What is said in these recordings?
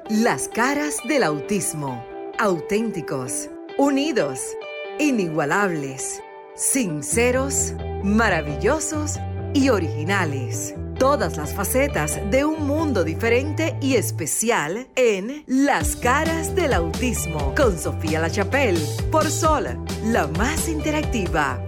Las caras del autismo. Auténticos, unidos, inigualables, sinceros, maravillosos y originales. Todas las facetas de un mundo diferente y especial en Las caras del autismo con Sofía La Chapelle por Sol, la más interactiva.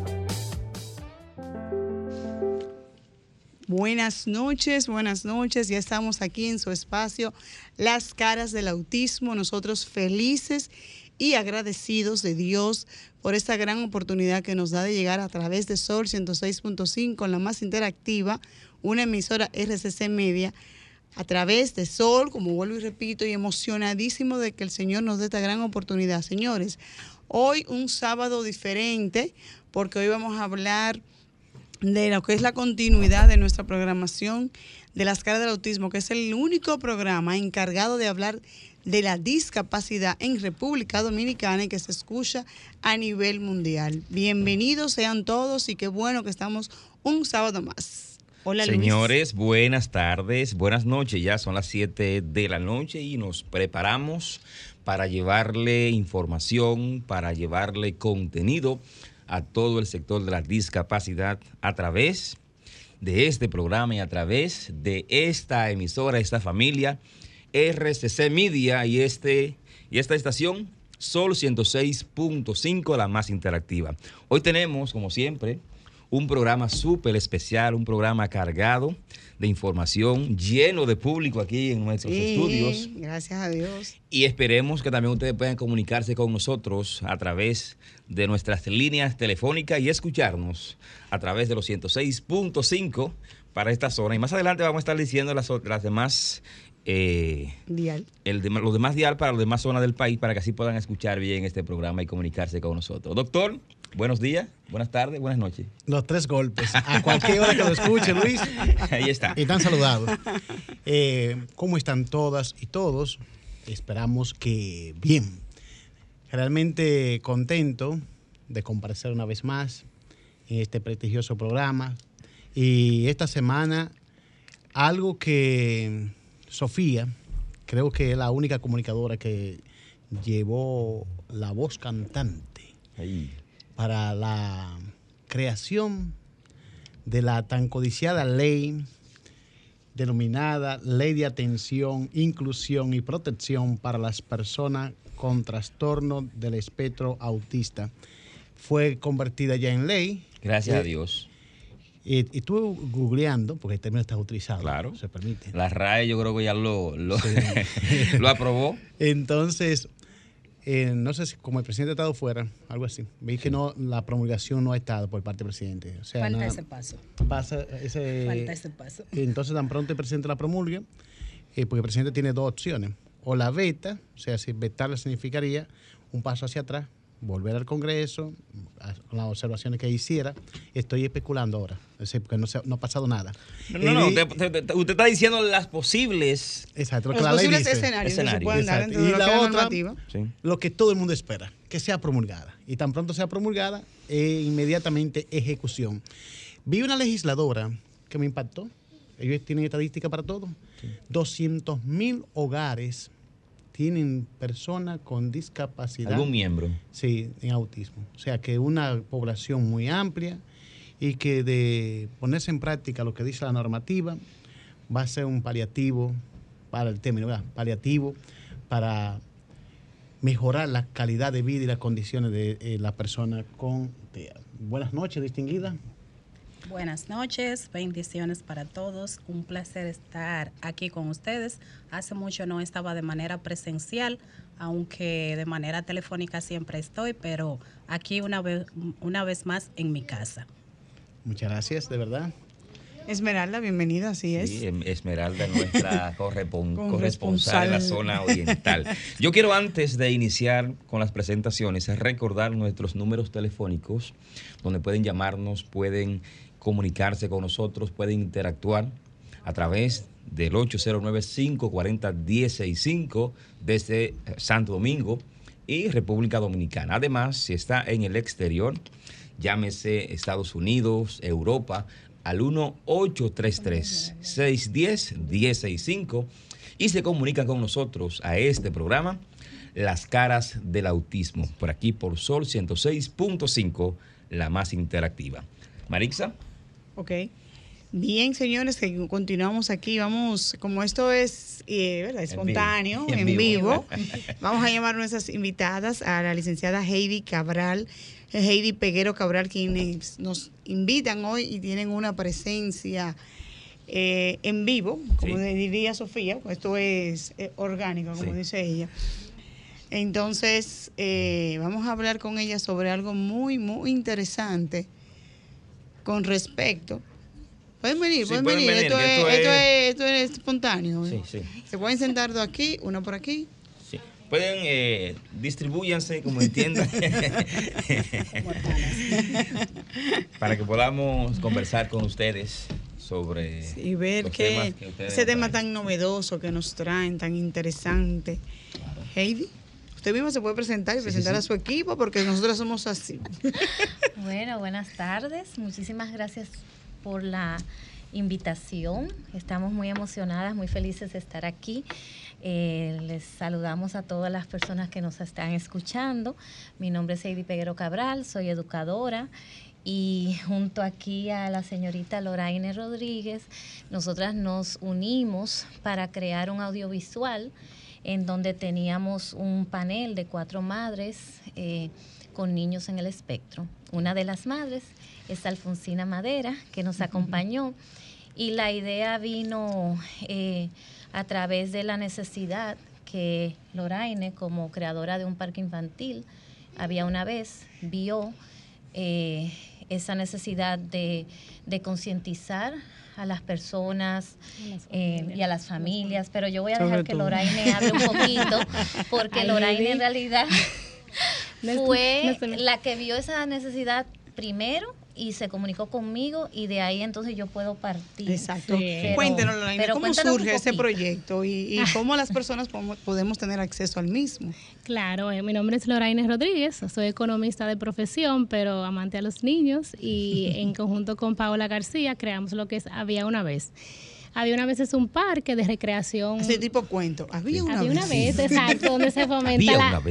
Buenas noches, ya estamos aquí en su espacio Las caras del autismo, nosotros felices y agradecidos de Dios por esta gran oportunidad que nos da de llegar a través de Sol 106.5, la más interactiva, una emisora RCC Media, a través de Sol, como vuelvo y repito, y emocionadísimo de que el Señor nos dé esta gran oportunidad. Señores, hoy un sábado diferente, porque hoy vamos a hablar de lo que es la continuidad de nuestra programación de Las caras del autismo, que es el único programa encargado de hablar de la discapacidad en República Dominicana y que se escucha a nivel mundial. Bienvenidos sean todos y qué bueno que estamos un sábado más. Hola, Luis. Señores, buenas tardes, buenas noches. Ya son las 7 de la noche y nos preparamos para llevarle información, para llevarle contenido a todo el sector de la discapacidad a través de este programa y a través de esta emisora, esta familia, RCC Media y esta estación, Sol 106.5, la más interactiva. Hoy tenemos, como siempre, un programa súper especial, un programa cargado de información, lleno de público aquí en nuestros estudios. Gracias a Dios. Y esperemos que también ustedes puedan comunicarse con nosotros a través de nuestras líneas telefónicas y escucharnos a través de los 106.5 para esta zona. Y más adelante vamos a estar diciendo las demás dial. Los demás dial para las demás zonas del país para que así puedan escuchar bien este programa y comunicarse con nosotros. Doctor, buenos días, buenas tardes, buenas noches. Los 3 golpes. A cualquier hora que lo escuche, Luis. Ahí está. Y están saludados. ¿Cómo están todas y todos? Esperamos que bien. Realmente contento de comparecer una vez más en este prestigioso programa. Y esta semana, algo que Sofía, creo que es la única comunicadora que llevó la voz cantante para la creación de la tan codiciada ley denominada Ley de Atención, Inclusión y Protección para las Personas con Trastorno del Espectro Autista. Fue convertida ya en ley. Gracias a Dios. Y estuve googleando, porque el término está utilizado. Claro. Se permite. La RAE yo creo que ya lo aprobó. Entonces, no sé si como el presidente ha estado fuera, algo así. Vi que no, la promulgación no ha estado por parte del presidente. O sea, falta ese paso. Falta ese paso. Entonces, tan pronto el presidente la promulgue, porque el presidente tiene 2 opciones. O la veta, o sea, si vetarla significaría un paso hacia atrás, volver al Congreso, con las observaciones que hiciera. Estoy especulando ahora, porque no ha pasado nada. No, usted está diciendo las posibles... Exacto, los posibles escenarios que se pueden dar dentro de la otra, lo que todo el mundo espera, que sea promulgada. Y tan pronto sea promulgada, inmediatamente ejecución. Vi una legisladora que me impactó. Ellos tienen estadística para todo. 200,000 hogares tienen personas con discapacidad. ¿Algún miembro? Sí, en autismo. O sea, que una población muy amplia y que de ponerse en práctica lo que dice la normativa va a ser un paliativo para el término, ¿verdad? Paliativo para mejorar la calidad de vida y las condiciones de la persona con TEA. Buenas noches, distinguida. Buenas noches, bendiciones para todos. Un placer estar aquí con ustedes. Hace mucho no estaba de manera presencial, aunque de manera telefónica siempre estoy, pero aquí una vez más en mi casa. Muchas gracias, de verdad. Esmeralda, bienvenida, así es. Sí, Esmeralda, nuestra corresponsal en la zona oriental. Yo quiero, antes de iniciar con las presentaciones, recordar nuestros números telefónicos, donde pueden llamarnos, pueden comunicarse con nosotros, pueden interactuar a través del 809-540-1065 desde Santo Domingo y República Dominicana. Además, si está en el exterior, llámese Estados Unidos, Europa, al 1-833-610-1065 y se comunican con nosotros a este programa, Las Caras del Autismo, por aquí por Sol 106.5, la más interactiva. Marixa. Ok. Bien, señores, que continuamos aquí. Vamos, como esto es ¿verdad? Espontáneo, en vivo, vamos a llamar a nuestras invitadas, a la licenciada Heidi Cabral, Heidi Peguero Cabral, quienes nos invitan hoy y tienen una presencia en vivo, como diría Sofía, esto es orgánico, como dice ella. Entonces, vamos a hablar con ella sobre algo muy, muy interesante con respecto. Pueden venir. Esto es espontáneo. Sí, sí. Se pueden sentar dos aquí, uno por aquí. Sí. Pueden, distribúyanse como entiendan. Para que podamos conversar con ustedes sobre y ver que ese tema tan novedoso que nos traen, tan interesante. Claro. Heidi, usted misma se puede presentar y presentar a su equipo, porque nosotros somos así. Bueno, buenas tardes. Muchísimas gracias por la invitación. Estamos muy emocionadas, muy felices de estar aquí. Les saludamos a todas las personas que nos están escuchando. Mi nombre es Heidi Peguero Cabral, soy educadora y junto aquí a la señorita Loraine Rodríguez, nosotras nos unimos para crear un audiovisual en donde teníamos un panel de 4 madres con niños en el espectro. Una de las madres es Alfonsina Madera, que nos acompañó, y la idea vino a través de la necesidad que Loraine, como creadora de un parque infantil, había una vez, vio esa necesidad de concientizar a las personas y a las familias, pero yo voy a dejar que Loraine hable un poquito, porque Loraine en realidad fue la que vio esa necesidad primero y se comunicó conmigo, y de ahí entonces yo puedo partir. Exacto. Cuéntenos, Loraine, ¿cómo surge ese proyecto y cómo las personas podemos tener acceso al mismo? Claro, mi nombre es Loraine Rodríguez, soy economista de profesión, pero amante a los niños, y en conjunto con Paola García creamos lo que es Había una vez. Había una vez es un parque de recreación. Ese tipo cuento. Había una vez, exacto, donde se fomenta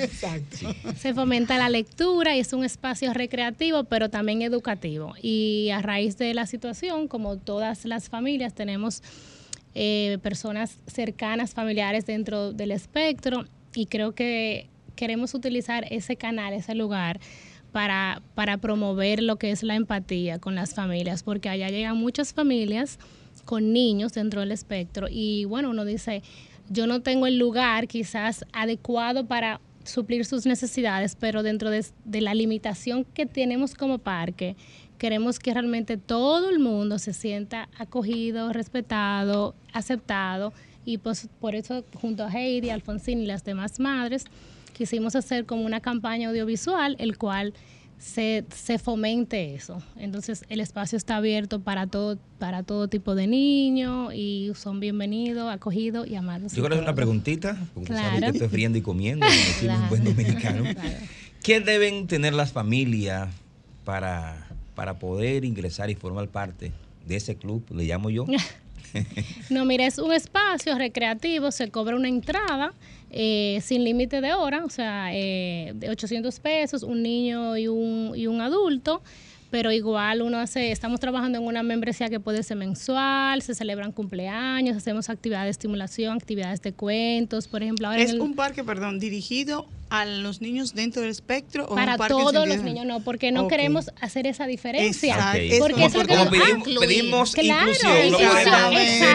se fomenta la lectura, y es un espacio recreativo, pero también educativo. Y a raíz de la situación, como todas las familias, tenemos personas cercanas, familiares dentro del espectro, y creo que queremos utilizar ese canal, ese lugar, para promover lo que es la empatía con las familias, porque allá llegan muchas familias con niños dentro del espectro, y bueno, uno dice, yo no tengo el lugar quizás adecuado para suplir sus necesidades, pero dentro de la limitación que tenemos como parque, queremos que realmente todo el mundo se sienta acogido, respetado, aceptado, y pues por eso junto a Heidi, Alfonsín y las demás madres quisimos hacer como una campaña audiovisual, el cual se fomente eso. Entonces el espacio está abierto para todo tipo de niños, y son bienvenidos, acogidos y amados. Yo quiero hacer una preguntita, porque sabes que estoy friendo y comiendo, como claro. Un buen dominicano. Claro. ¿Qué deben tener las familias para poder ingresar y formar parte de ese club? Le llamo yo. No, mira, es un espacio recreativo, se cobra una entrada sin límite de hora, o sea, de 800 pesos, un niño y un adulto, pero igual estamos trabajando en una membresía que puede ser mensual, se celebran cumpleaños, hacemos actividades de estimulación, actividades de cuentos, por ejemplo. Ahora un parque, dirigido a los niños dentro del espectro, o para un parque todos los niños, no, porque no queremos hacer esa diferencia. Exacto. Porque es lo que pedimos claro, inclusión.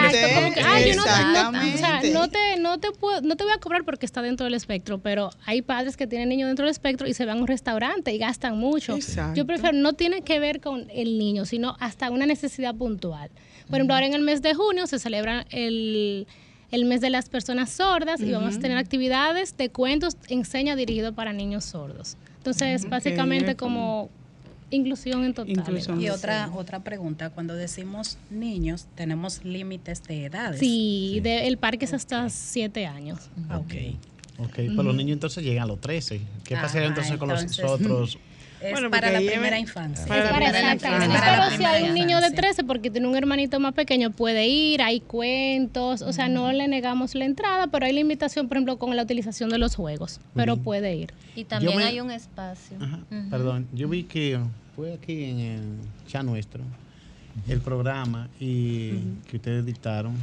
No te voy a cobrar porque está dentro del espectro, pero hay padres que tienen niños dentro del espectro y se van a un restaurante y gastan mucho. Exacto. Yo prefiero, no tiene que ver con el niño, sino hasta una necesidad puntual. Por ejemplo, ahora en el mes de junio se celebra el mes de las personas sordas, y vamos a tener actividades de cuentos, enseña dirigido para niños sordos. Entonces, básicamente como inclusión en total. Y otra pregunta, cuando decimos niños, ¿tenemos límites de edades? Sí, el parque es hasta 7 años. Ok, pero los niños entonces llegan a los 13. ¿Qué pasaría entonces con los otros? Es para la primera infancia. Pero si hay un niño de 13, porque tiene un hermanito más pequeño, puede ir, hay cuentos, o sea, no le negamos la entrada, pero hay limitación, por ejemplo, con la utilización de los juegos, pero puede ir. Y también hay un espacio. Perdón, yo vi que fue aquí en el chat nuestro, el programa y que ustedes dictaron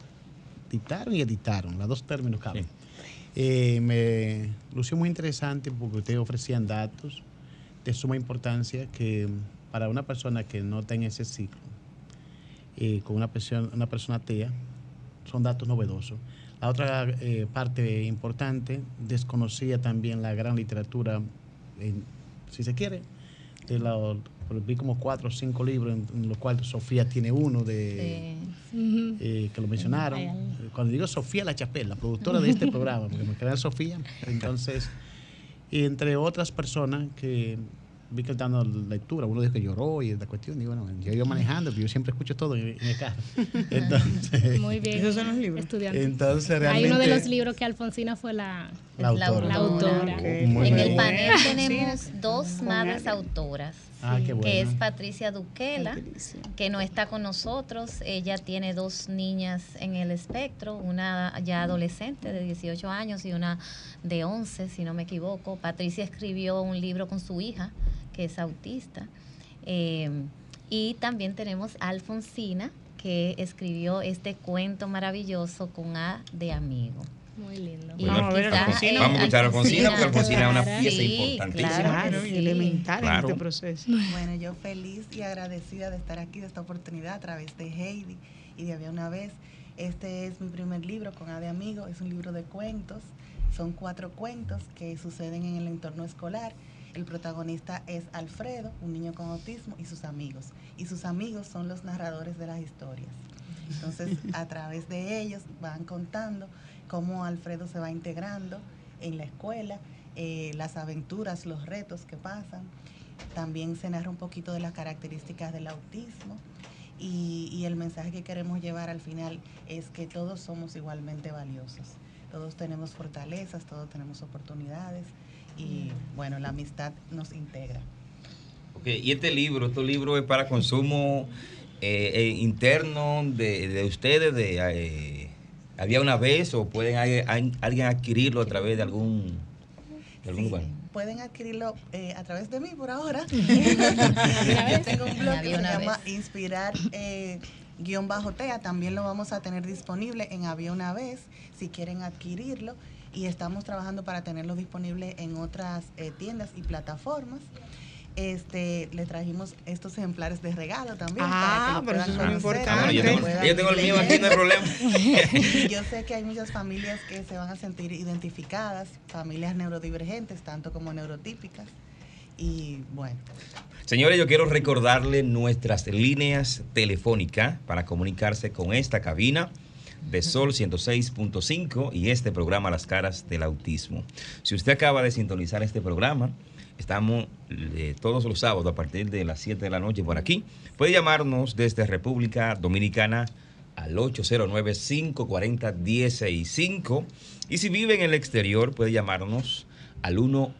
y editaron, los dos términos caben. Me lució muy interesante porque ustedes ofrecían datos de suma importancia que para una persona que no está en ese ciclo, con una persona TEA, son datos novedosos. La otra parte importante, desconocía también la gran literatura, si se quiere, vi como 4 o 5 libros, en los cuales Sofía tiene uno que lo mencionaron. Cuando digo Sofía La Chapelle, la productora de este programa, porque me queda Sofía, entonces, y entre otras personas que vi que están dando lectura, uno dijo que lloró y la cuestión, digo, bueno, yo manejando, pero yo siempre escucho todo en el carro. Entonces, muy bien. Esos son los libros. Estudiantes. Entonces, hay uno de los libros que Alfonsina fue la autora. Okay. En el panel tenemos 2 madres autoras. Qué bueno. Que es Patricia Duquela, que no está con nosotros. Ella tiene 2 niñas en el espectro, una ya adolescente de 18 años y una de 11, si no me equivoco. Patricia escribió un libro con su hija, que es autista. Y también tenemos a Alfonsina, que escribió este cuento maravilloso con A de amigo. Muy lindo. Vamos a escuchar a Alfonsina, porque Alfonsina es una pieza importantísima. Claro, y elemental en este proceso. Bueno, yo feliz y agradecida de estar aquí, de esta oportunidad a través de Heidi y de Había una vez. Este es mi primer libro con A de Amigo, es un libro de cuentos. Son 4 cuentos que suceden en el entorno escolar. El protagonista es Alfredo, un niño con autismo, y sus amigos. Y sus amigos son los narradores de las historias. Entonces, a través de ellos van contando cómo Alfredo se va integrando en la escuela, las aventuras, los retos que pasan. También se narra un poquito de las características del autismo y el mensaje que queremos llevar al final es que todos somos igualmente valiosos. Todos tenemos fortalezas, todos tenemos oportunidades y, bueno, la amistad nos integra. Okay. Y este libro es para consumo interno de ustedes, ¿había una vez o pueden alguien adquirirlo a través de algún lugar? Pueden adquirirlo a través de mí por ahora. Yo tengo un blog que se llama Inspirar-TEA. También lo vamos a tener disponible en Había una vez, si quieren adquirirlo. Y estamos trabajando para tenerlo disponible en otras tiendas y plataformas. Le trajimos estos ejemplares de regalo también. Pero eso es muy importante. Yo tengo el mío aquí, no hay problema. Y yo sé que hay muchas familias que se van a sentir identificadas, familias neurodivergentes, tanto como neurotípicas. Y bueno. Señores, yo quiero recordarle nuestras líneas telefónicas para comunicarse con esta cabina de Sol 106.5 y este programa Las Caras del Autismo. Si usted acaba de sintonizar este programa, estamos todos los sábados a partir de las 7 de la noche por aquí. Puede llamarnos desde República Dominicana al 809-540-165. Y si vive en el exterior, puede llamarnos al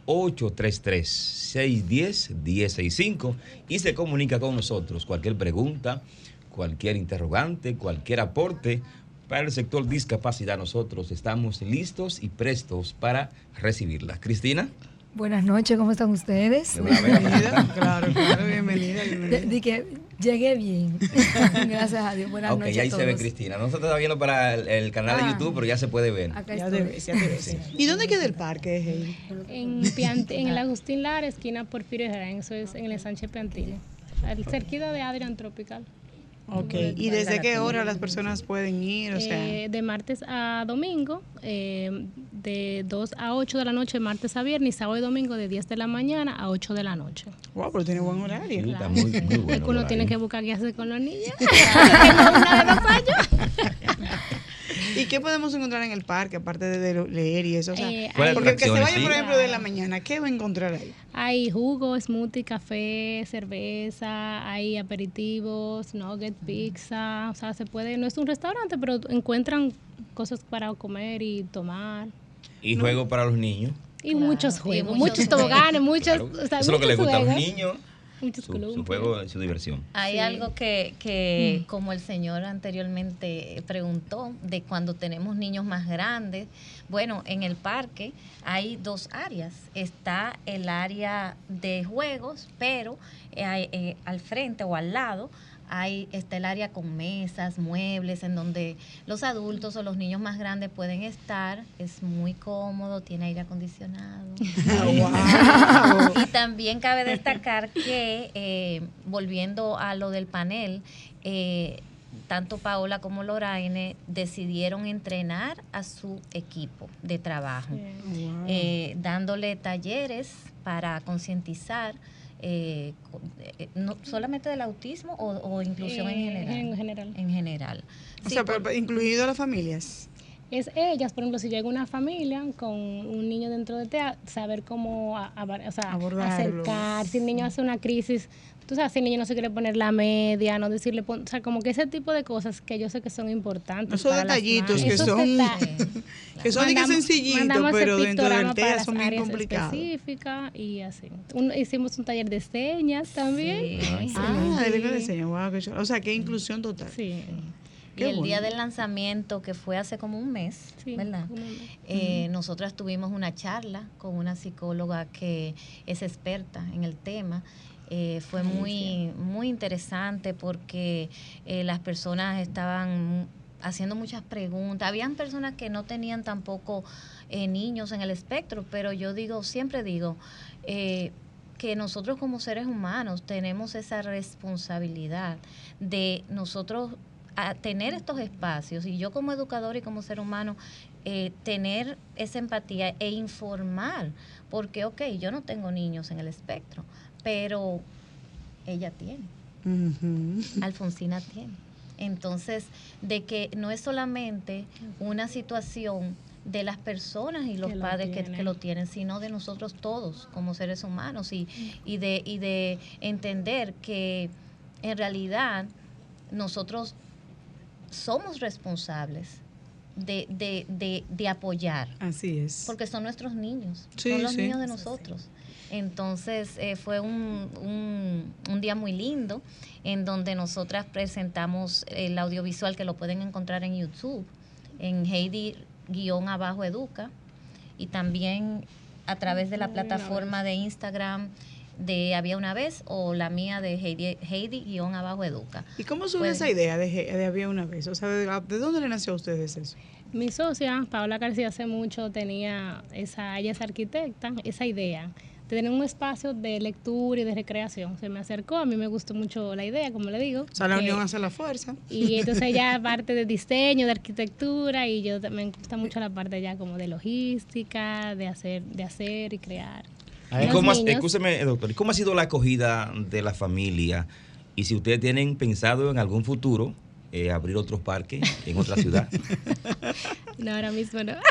1-833-610-1065 y se comunica con nosotros. Cualquier pregunta, cualquier interrogante, cualquier aporte para el sector discapacidad, nosotros estamos listos y prestos para recibirla. Cristina. Buenas noches, ¿cómo están ustedes? Bienvenida, claro, bienvenida. De que llegué bien. Gracias a Dios. Buenas noches. Ok, ahí a todos. se ve Cristina. No se está viendo para el canal de YouTube, pero ya se puede ver. Acá ya te ves. ¿Y dónde queda el parque, Heidi? En el Agustín Lara, esquina Porfirio Herrera, eso es en el Sánchez Piantini, cerquita de Adrian Tropical. Ok, ¿y desde qué hora las personas pueden ir? O sea, de martes a domingo, de 2 a 8 de la noche, martes a viernes, sábado y domingo de 10 de la mañana a 8 de la noche. Wow, pero tiene buen horario. Sí, está muy bueno. Es que uno tiene que buscar qué hacer con los niños. Una de 2 años. ¿Y qué podemos encontrar en el parque, aparte de leer y eso? O sea, porque el que se vaya, por ejemplo, de la mañana, ¿qué va a encontrar ahí? Hay jugo, smoothie, café, cerveza, hay aperitivos, nugget, pizza. O sea, se puede, no es un restaurante, pero encuentran cosas para comer y tomar. ¿Y juego para los niños? Y muchos juegos, muchos toboganes, muchos. Claro. O sea, Eso es lo que le gusta a los juegos. niños. Muchos Su juego, su diversión. Hay algo que como el señor anteriormente preguntó, de cuando tenemos niños más grandes. Bueno, en el parque hay 2 áreas. Está el área de juegos, pero al frente o al lado está el área con mesas, muebles, en donde los adultos o los niños más grandes pueden estar. Es muy cómodo, tiene aire acondicionado. Y también cabe destacar que, volviendo a lo del panel, tanto Paola como Loraine decidieron entrenar a su equipo de trabajo, dándole talleres para concientizar, no solamente del autismo o inclusión en general. En general. O sea, pero incluido a las familias. Es ellas, por ejemplo, si llega una familia con un niño dentro de TEA, saber cómo abordarlo. acercar, si el niño hace una crisis, tú sabes, si el niño no se quiere poner la media, no decirle, o sea, como que ese tipo de cosas que yo sé que son importantes. Esos detallitos que son, que son sencillitos, pero dentro del TEA son bien complicados. Específicas y así. Hicimos un taller de señas también. Sí. De señas, wow, qué chulo. O sea, qué inclusión total. Sí. Y el día del lanzamiento, que fue hace como un mes, ¿verdad? Nosotras tuvimos una charla con una psicóloga que es experta en el tema. Fue muy interesante porque las personas estaban haciendo muchas preguntas. Habían personas que no tenían tampoco niños en el espectro, pero yo siempre digo que nosotros como seres humanos tenemos esa responsabilidad de nosotros a tener estos espacios, y yo como educador y como ser humano tener esa empatía e informar, porque yo no tengo niños en el espectro, pero ella tiene, Alfonsina tiene. Entonces, de que no es solamente una situación de las personas y los padres que lo tienen, sino de nosotros todos como seres humanos, y de entender que en realidad nosotros somos responsables de apoyar. Así es. Porque son nuestros niños, son los niños de nosotros. Entonces fue un día muy lindo en donde nosotras presentamos el audiovisual, que lo pueden encontrar en YouTube, en Heidi_Educa, y también a través de la plataforma de Instagram de Había una vez, o la mía de Heidi_Educa. ¿Y cómo surge esa idea de Había una vez? O sea, ¿de dónde le nació a ustedes eso? Mi socia, Paola García, hace mucho tenía ella es arquitecta, esa idea de tener un espacio de lectura y de recreación. Se me acercó, a mí me gustó mucho la idea, como le digo. O sea, la unión hace la fuerza. Y entonces ella parte de diseño, de arquitectura, y yo me gusta mucho la parte ya como de logística, de hacer y crear. Escúcheme, doctor, ¿y cómo ha sido la acogida de la familia? Y si ustedes tienen pensado en algún futuro abrir otros parques en otra ciudad. No, ahora mismo no.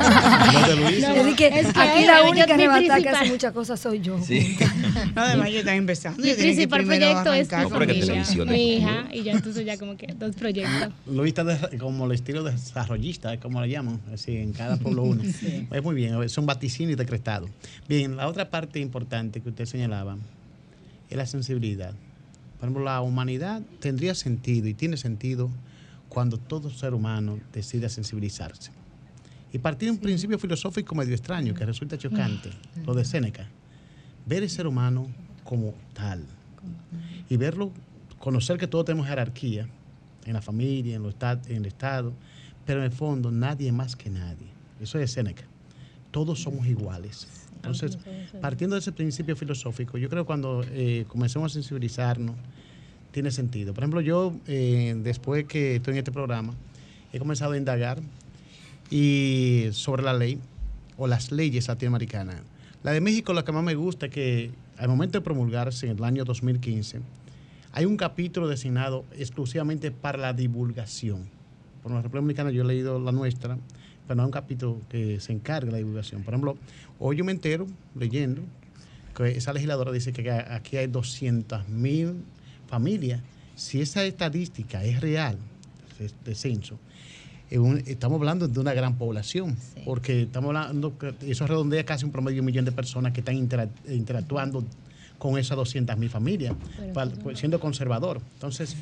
Aquí la única arrebatada que hace muchas cosas soy yo. Sí. No, además ellos están empezando. Mi principal proyecto es mi familia, mi hija, y ya entonces ya como que 2 proyectos. Lo viste como el estilo desarrollista, como le llaman, así en cada pueblo uno. Sí. Es muy bien, son vaticinios decretados. Bien, la otra parte importante que usted señalaba es la sensibilidad. Por ejemplo, la humanidad tendría sentido y tiene sentido cuando todo ser humano decide sensibilizarse. Y partir de un principio filosófico medio extraño que resulta chocante, lo de Séneca. Ver el ser humano como tal. Y verlo, conocer que todos tenemos jerarquía en la familia, en el Estado, pero en el fondo nadie es más que nadie. Eso es Séneca. Todos somos iguales. Entonces, partiendo de ese principio filosófico, yo creo que cuando comencemos a sensibilizarnos, tiene sentido. Por ejemplo, yo, después que estoy en este programa, he comenzado a indagar sobre la ley o las leyes latinoamericanas. La de México, la que más me gusta, es que al momento de promulgarse en el año 2015, hay un capítulo designado exclusivamente para la divulgación. Por la República Dominicana yo he leído la nuestra, pero no hay un capítulo que se encargue de la divulgación. Por ejemplo, hoy yo me entero, leyendo, que esa legisladora dice que aquí hay 200,000 familias. Si esa estadística es real, de censo, estamos hablando de una gran población, porque estamos hablando, eso redondea casi un promedio de 1 millón de personas que están interactuando con esas 200.000 familias, siendo conservador. Entonces,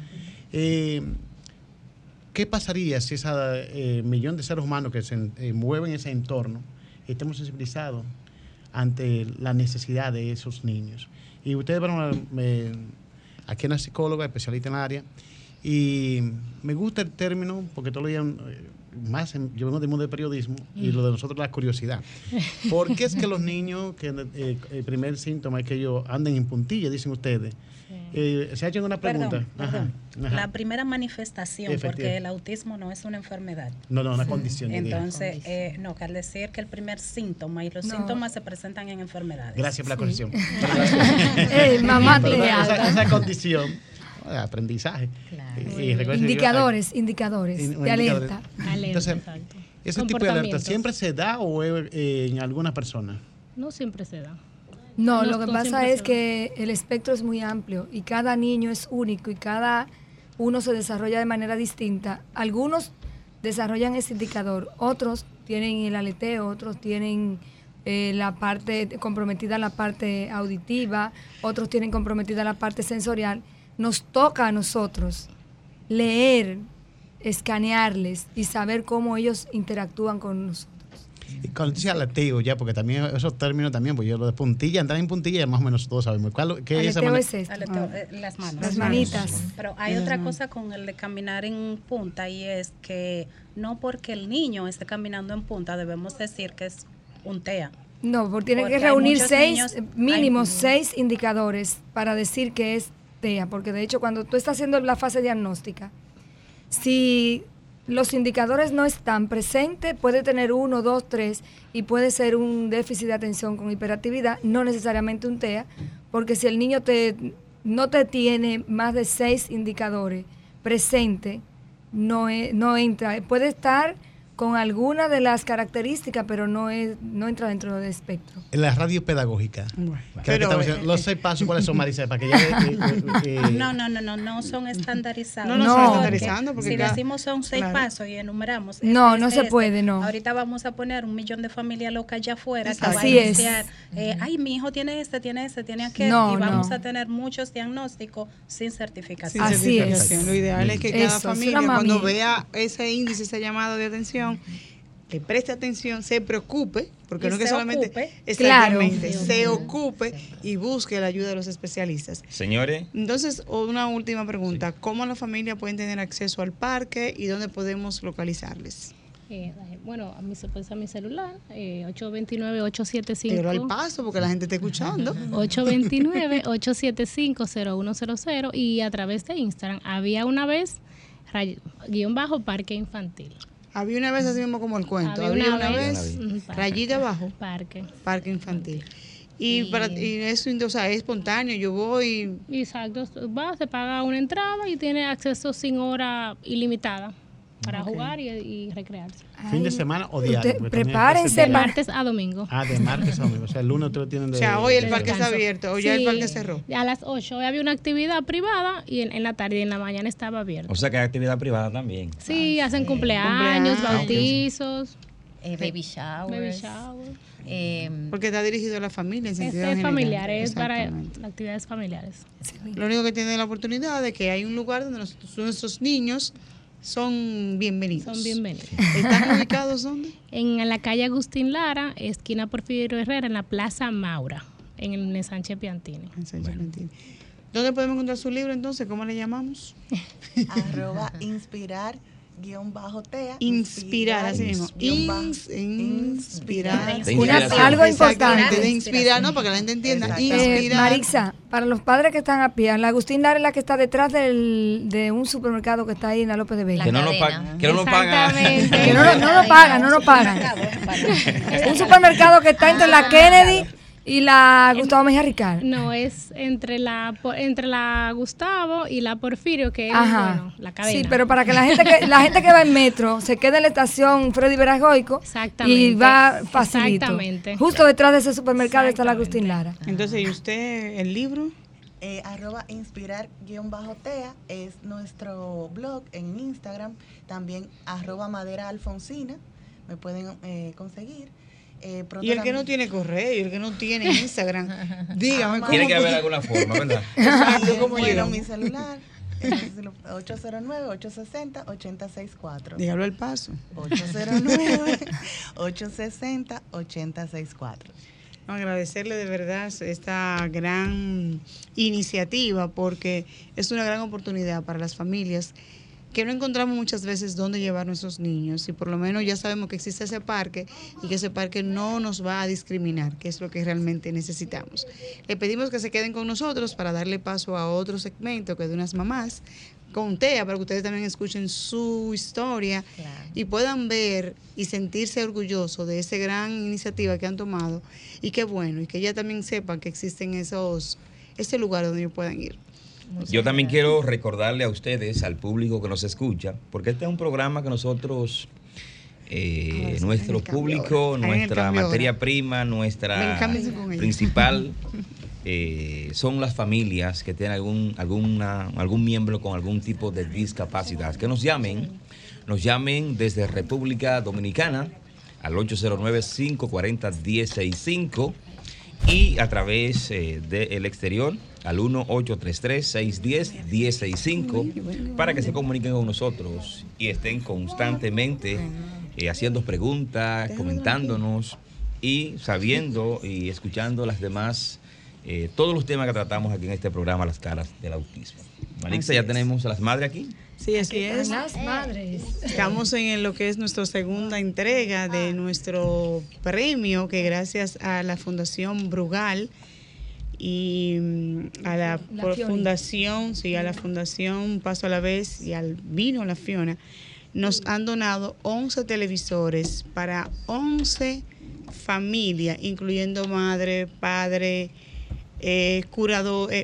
¿qué pasaría si ese millón de seres humanos que se mueven en ese entorno estemos sensibilizados ante la necesidad de esos niños? Y ustedes van aquí una psicóloga especialista en el área, y me gusta el término porque todos los días yo vengo del mundo del periodismo y lo de nosotros es la curiosidad. ¿Por qué es que los niños, que el primer síntoma es que ellos anden en puntilla, dicen ustedes? ¿Se ha hecho una pregunta? Perdón. La primera manifestación, porque el autismo no es una enfermedad. No, una condición. Entonces, no, que al decir que el primer síntoma y los síntomas se presentan en enfermedades. Gracias por la corrección. Mamá esa condición, aprendizaje. Claro. Indicadores de alerta. Entonces, ese tipo de alerta, ¿siempre se da o en algunas personas? No siempre se da. No, lo que pasa es que el espectro es muy amplio y cada niño es único y cada uno se desarrolla de manera distinta. Algunos desarrollan ese indicador, otros tienen el aleteo, otros tienen comprometida la parte auditiva, otros tienen comprometida la parte sensorial. Nos toca a nosotros leer, escanearles y saber cómo ellos interactúan con nosotros. Y cuando dice aleteo ya, porque también esos términos también, pues yo lo de puntilla, entrar en puntilla, más o menos todos sabemos. ¿Qué aleteo es esto? Las manos. Las manitas. Pero hay otra cosa con el de caminar en punta, y es que no porque el niño esté caminando en punta debemos decir que es un TEA. No, porque tienen que reunir mínimo 6 indicadores para decir que es TEA, porque de hecho cuando tú estás haciendo la fase diagnóstica, si los indicadores no están presentes, puede tener 1, 2, 3 y puede ser un déficit de atención con hiperactividad, no necesariamente un TEA, porque si el niño no te tiene más de 6 indicadores presentes, no entra. Puede estar con alguna de las características, pero no entra dentro del espectro. En la radio pedagógica. Bueno, los 6 pasos, ¿cuáles son, Marisa? Para que ya no son estandarizados. No son estandarizando. Porque si decimos son 6 pasos y enumeramos. No se puede, no. Ahorita vamos a poner 1 millón de familias locas allá afuera. Que así va a iniciar, ay, mi hijo tiene tiene aquel. Y vamos a tener muchos diagnósticos sin certificación. Así es. Lo ideal es que cada familia, cuando vea ese índice, ese llamado de atención, le preste atención, se preocupe, porque no es que solamente se ocupe y busque la ayuda de los especialistas. Señores. Entonces, una última pregunta. ¿Cómo la familia pueden tener acceso al parque y dónde podemos localizarles? Bueno, a mi celular, 829-875. Pero al paso, porque la gente está escuchando. 829-875-0100 y a través de Instagram. Había una vez _parque infantil. Había una vez así mismo como el cuento. Había una vez rayita abajo. Parque infantil. Y eso, o sea, es espontáneo. Yo voy. Exacto. Se paga una entrada y tiene acceso sin hora ilimitada para jugar y recrearse. ¿Fin de semana o diario? Prepárense. De martes a domingo. De martes a domingo. O sea, el lunes ustedes lo tienen de... O sea, hoy el parque está abierto o ya el parque cerró. A las 8 hoy había una actividad privada y en la tarde y en la mañana estaba abierto. O sea, que hay actividad privada también. Sí, hacen cumpleaños, bautizos. Baby shower. Porque está dirigido a la familia en sentido general. Familiares, para actividades familiares. Sí. Lo único que tiene la oportunidad de que hay un lugar donde nuestros niños son bienvenidos. ¿Están ubicados dónde? En la calle Agustín Lara, esquina Porfirio Herrera, en la Plaza Maura, en el Sánchez Piantini. ¿Dónde podemos encontrar su libro entonces? ¿Cómo le llamamos? @inspirar_TEA. Inspirar, así mismo. Inspirar. Algo importante. De inspirar, ¿no? Para que la gente entienda. Inspirar. Marixa, para los padres que están a pie, la Agustín Lara es la que está detrás de un supermercado que está ahí en la López de Vega. Que no lo pagan. Que no lo pagan. No lo pagan. Un supermercado que está entre la Kennedy y la Gustavo Mejía Ricard. No, es entre la Gustavo y la Porfirio, que es la cadena. Sí, pero para que la gente que va en metro se quede en la estación Freddy Veragoico y va facilito. Exactamente. Justo detrás de ese supermercado está la Agustín Lara. Entonces, ¿y usted el libro? @inspirar_tea es nuestro blog en Instagram. También @maderaalfonsina me pueden conseguir. Y el que no tiene correo, y el que no tiene Instagram, dígame cómo. Tiene que haber alguna forma, ¿verdad? Exacto, ¿cómo bueno, mi celular, 809-860-8064. Dígalo al paso. 809-860-8064. Agradecerle de verdad esta gran iniciativa, porque es una gran oportunidad para las familias que no encontramos muchas veces dónde llevar a nuestros niños, y por lo menos ya sabemos que existe ese parque y que ese parque no nos va a discriminar, que es lo que realmente necesitamos. Le pedimos que se queden con nosotros para darle paso a otro segmento, que es de unas mamás con TEA, para que ustedes también escuchen su historia, claro, y puedan ver y sentirse orgullosos de esa gran iniciativa que han tomado, y qué bueno, y que ya también sepan que existen ese lugar donde ellos puedan ir. Yo también quiero recordarle a ustedes, al público que nos escucha, porque este es un programa que nosotros, nuestro público, nuestra materia prima, nuestra principal, son las familias que tienen algún miembro con algún tipo de discapacidad. Que nos llamen desde República Dominicana al 809-540-1065 y a través del exterior al 1-833-610-1065 para que se comuniquen con nosotros y estén constantemente haciendo preguntas, comentándonos y sabiendo y escuchando las demás, todos los temas que tratamos aquí en este programa, Las Caras del Autismo. Marixa, ¿ya tenemos a las madres aquí? Sí, así es. Las madres. Estamos en lo que es nuestra segunda entrega de nuestro premio, que gracias a la Fundación Brugal y a la fundación, sí, a la Fundación Paso a la Vez y al Vino La Fiona, nos han donado 11 televisores para 11 familias, incluyendo madre, padre, cuidadores.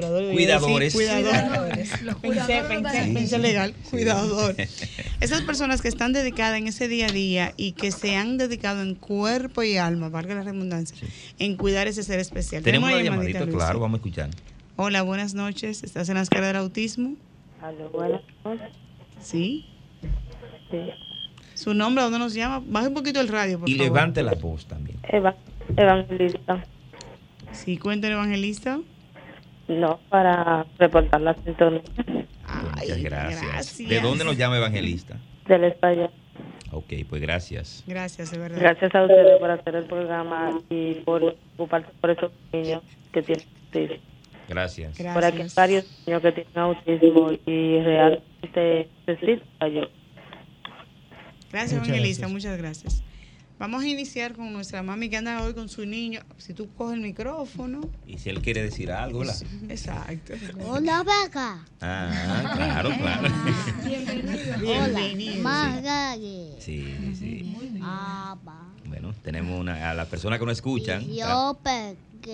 Pensé legal, cuidadores. Esas personas que están dedicadas en ese día a día y que se han dedicado en cuerpo y alma, valga la redundancia, en cuidar ese ser especial. Tenemos una llamadita, claro, vamos a escuchar. Hola, buenas noches. ¿Estás en Las Caras del Autismo? Aló, buenas noches. ¿Sí? Sí. ¿Su nombre? ¿Dónde nos llama? Baje un poquito el radio, por favor. Y levante la voz también. Evangelista. Sí, cuéntale, Evangelista. No, para reportar la sintonía. Muchas gracias. ¿De dónde nos llama Evangelista? Del español. Ok, pues gracias. Gracias, de verdad. Gracias a ustedes por hacer el programa y por ocuparse por esos niños que tienen autismo. Gracias. Por aquí hay varios niños que tienen autismo y realmente necesitan ayuda. Gracias, Evangelista, muchas gracias. Vamos a iniciar con nuestra mami que anda hoy con su niño. Si tú coges el micrófono. Y si él quiere decir algo, ¿la? Exacto. Hola, vaca. Ah, claro, claro. Bienvenido. Hola, Magalle. Sí, sí. Va. Bueno, tenemos a las personas que nos escuchan. Yo pequé.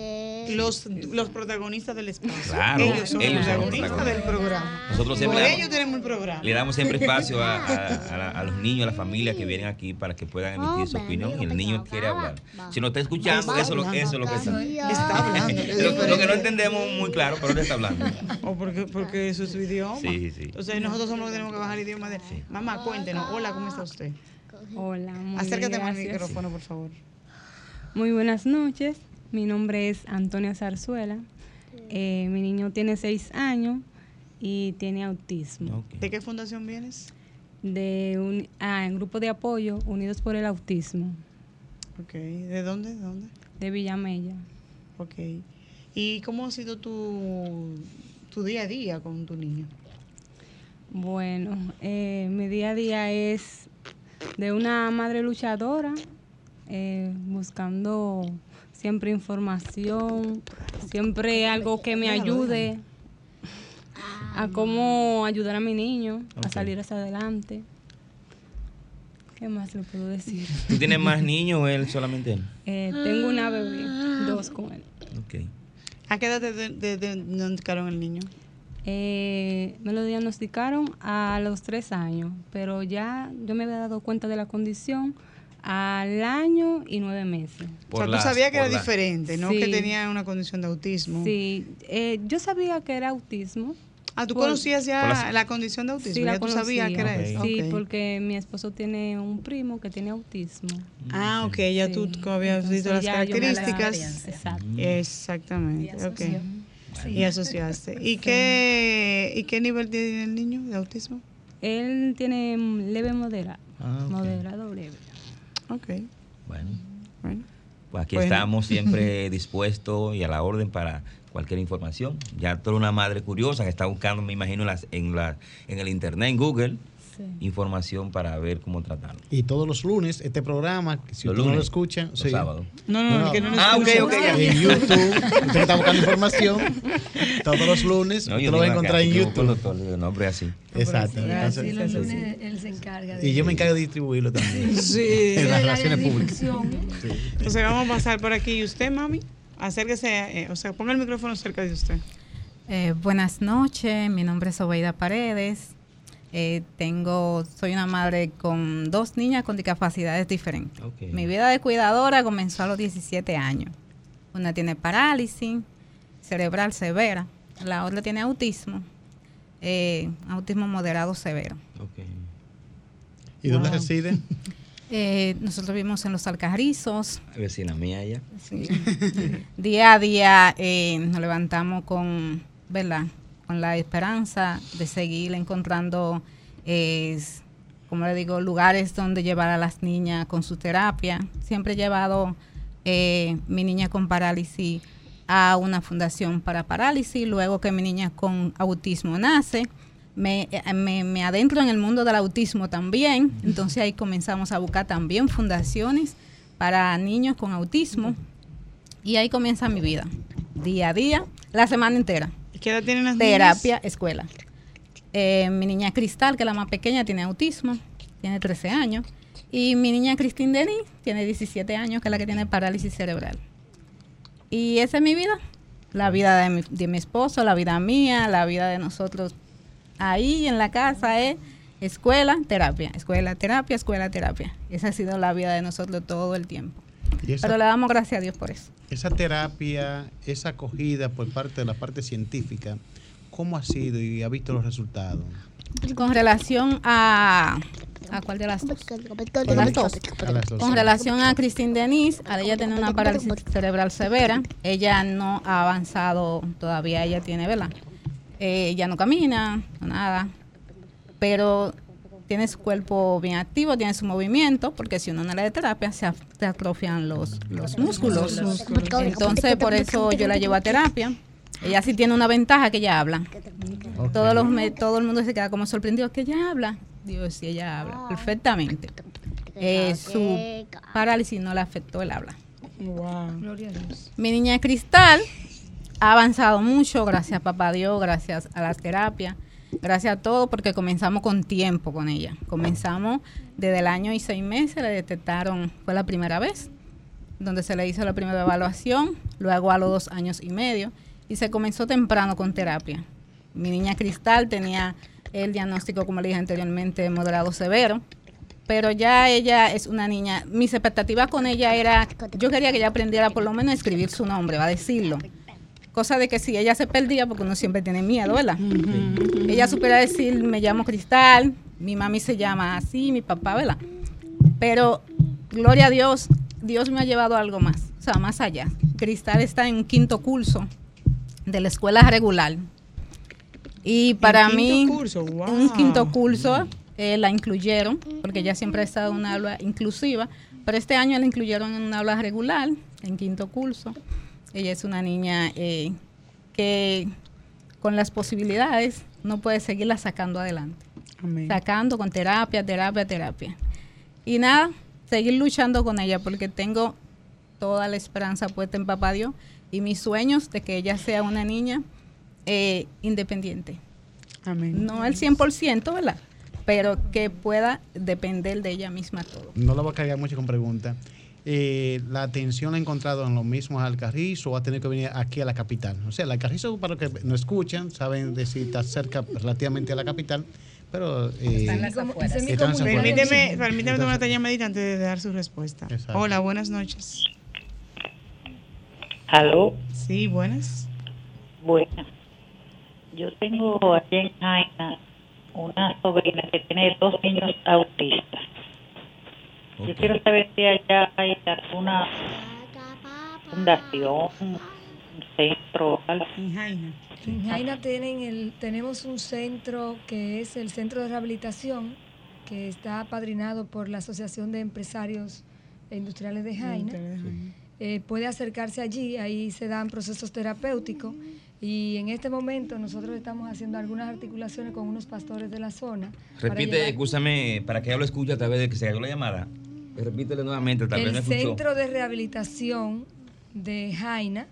Los protagonistas del espacio. Claro, ellos son los protagonistas del programa. Nosotros siempre Por ellos tenemos el programa. Le damos siempre espacio a los niños, a las familias que vienen aquí para que puedan emitir su opinión y el niño quiere hablar. Si no está escuchando, eso es lo que está hablando. Lo que no entendemos muy claro, pero él está hablando. O porque eso es su idioma. Sí, sí. Entonces nosotros somos los que tenemos que bajar el idioma de... Sí. Mamá, cuéntenos. Hola, ¿cómo está usted? Hola, muy acércate bien, al micrófono, por favor. Muy buenas noches. Mi nombre es Antonia Zarzuela. Mi niño tiene 6 años y tiene autismo. Okay. ¿De qué fundación vienes? De en grupo de apoyo Unidos por el Autismo. Okay. ¿De dónde? De Villamella. Okay. ¿Y cómo ha sido tu día a día con tu niño? Bueno, mi día a día es de una madre luchadora, buscando siempre información, siempre algo que me ayude a cómo ayudar a mi niño a salir hacia adelante. ¿Qué más le puedo decir? ¿Tú tienes más niños o él solamente él? Tengo una bebé, 2 con él. Okay. ¿A qué edad te diagnosticaron el niño? Me lo diagnosticaron a los 3 años, pero ya yo me había dado cuenta de la condición Al año y 9 meses. O sea, tú sabías que era diferente, ¿no? Sí. Que tenía una condición de autismo. Sí, yo sabía que era autismo. Ah, ¿tú conocías ya la condición de autismo? Sí, ¿Ya tú sabías que era eso? Sí, Ok. porque mi esposo tiene un primo que tiene autismo. Ah, ok, ya tú habías visto las ya yo me la características. Exacto. Exactamente, ok. Y asociaste. ¿Y qué nivel tiene el niño de autismo? Él tiene leve moderado. Ah, ok. Moderado leve. Ok. Bueno. Bueno. Pues aquí Bueno. estamos siempre dispuestos y a la orden para cualquier información. Ya toda una madre curiosa que está buscando, me imagino, en el internet, en Google, información para ver cómo tratarlo. Y todos los lunes, este programa, que si Los usted no lo lunes, escucha, los sábados. No, que no lo Ah, ok, escucha. ok, ya. en YouTube, usted que está buscando información, todos los lunes, No, usted yo lo va a digo encontrar acá, en yo busco YouTube. los doctor, digo, no, hombre, así. Exacto. Así los Entonces, lunes él se encarga de y yo me encargo de distribuirlo también. Sí. En las del área de relaciones públicas. difusión. Sí. Entonces vamos a pasar por aquí. ¿Y usted, mami? Acérquese, o sea, ponga el micrófono cerca de usted. Buenas noches, mi nombre es Obeida Paredes. Soy una madre con 2 niñas con discapacidades diferentes. Okay. Mi vida de cuidadora comenzó a los 17 años. Una tiene parálisis cerebral severa, la otra tiene autismo, autismo moderado severo. Okay. ¿Y dónde reside? Nosotros vivimos en Los Alcarrizos. Vecina mía ella. Sí. Día a día nos levantamos con, ¿verdad?, con la esperanza de seguir encontrando, como le digo, lugares donde llevar a las niñas con su terapia. Siempre he llevado mi niña con parálisis a una fundación para parálisis. Luego que mi niña con autismo nace, me adentro en el mundo del autismo también. Entonces ahí comenzamos a buscar también fundaciones para niños con autismo. Y ahí comienza mi vida, día a día, la semana entera. ¿Qué edad tienen las Terapia, niñas? escuela. Mi niña Cristal, que es la más pequeña, tiene autismo, tiene 13 años. Y mi niña Christine Denis tiene 17 años, que es la que tiene parálisis cerebral. Y esa es mi vida, la vida de mi esposo, la vida mía, la vida de nosotros. Ahí en la casa es escuela, terapia, escuela, terapia, escuela, terapia. Esa ha sido la vida de nosotros todo el tiempo. Pero le damos gracias a Dios por eso. Esa terapia, esa acogida por parte de la parte científica, ¿cómo ha sido y ha visto los resultados? Con relación ¿a cuál de las dos? Las dos. A las dos. Con relación a Christine Denis, ella tiene una parálisis cerebral severa. Ella no ha avanzado todavía, ella tiene, ¿verdad? Ella no camina, no nada, pero tiene su cuerpo bien activo, tiene su movimiento, porque si uno no le da terapia se atrofian los músculos. Entonces, por eso yo la llevo a terapia. Ella sí tiene una ventaja, que ella habla. Okay. Todo el mundo se queda como sorprendido, que ella habla. Digo, sí, ella habla perfectamente. Su parálisis no le afectó el habla. Wow. Gloria a Dios. Mi niña Cristal ha avanzado mucho, gracias a papá Dios, gracias a las terapias, gracias a todo, porque comenzamos con tiempo con ella. Comenzamos desde el año y 6 meses, le detectaron, fue la primera vez, donde se le hizo la primera evaluación, luego a los 2 años y medio, y se comenzó temprano con terapia. Mi niña Cristal tenía el diagnóstico, como le dije anteriormente, moderado severo, pero ya ella es una niña. Mis expectativas con ella era, yo quería que ella aprendiera por lo menos a escribir su nombre, va a decirlo. Cosa de que si ella se perdía, porque uno siempre tiene miedo, ¿verdad? Ella supiera decir, me llamo Cristal, mi mami se llama así, mi papá, ¿verdad? Pero, gloria a Dios, Dios me ha llevado a algo más, o sea, más allá. Cristal está en 5º curso de la escuela regular. Y para mí, curso? Wow. un 5º curso, la incluyeron, porque ella siempre ha estado en una aula inclusiva, pero este año la incluyeron en una aula regular, en 5º curso. Ella es una niña que con las posibilidades no puede seguirla sacando adelante. Amén. Sacando con terapia. Y nada, seguir luchando con ella, porque tengo toda la esperanza puesta en papá Dios y mis sueños de que ella sea una niña independiente. Amén. No al 100%, ¿verdad? Pero que pueda depender de ella misma todo. No la voy a cargar mucho con preguntas. la atención la ha encontrado en los mismos Alcarrizo o ha tenido que venir aquí a la capital. O sea, el Alcarrizo, para los que nos escuchan, saben decir está cerca relativamente a la capital, pero están las afueras. Permíteme tomar esta llamadita antes de dar su respuesta. Exacto. Hola, buenas noches. ¿Aló? Sí, buenas. Buenas. Yo tengo aquí en Jaina una sobrina que tiene 2 niños autistas. Okay. Yo quiero saber si allá hay alguna fundación, un centro, algo. En Jaina. En Jaina tenemos un centro que es el Centro de Rehabilitación, que está apadrinado por la Asociación de Empresarios e Industriales de Jaina. Puede acercarse allí, ahí se dan procesos terapéuticos y en este momento nosotros estamos haciendo algunas articulaciones con unos pastores de la zona. Repite, escúchame, para que ella lo escuche a través de que se cayó la llamada. Repítele nuevamente, tal vez no escuchó. El Centro de Rehabilitación de Jaina,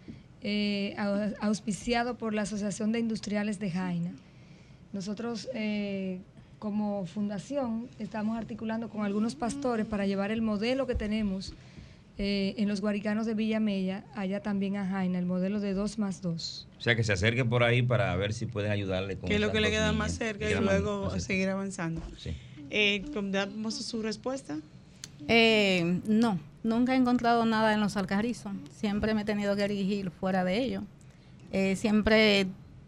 auspiciado por la Asociación de Industriales de Jaina. Nosotros como fundación estamos articulando con algunos pastores para llevar el modelo que tenemos en los guaricanos de Villa Mella, allá también a Jaina, el modelo de 2+2. O sea, que se acerque por ahí para ver si pueden ayudarle con que es lo que le queda más cerca y luego seguir avanzando. Sí. ¿Damos su respuesta? No, nunca he encontrado nada en los Alcarrizos. Siempre me he tenido que dirigir fuera de ellos. Siempre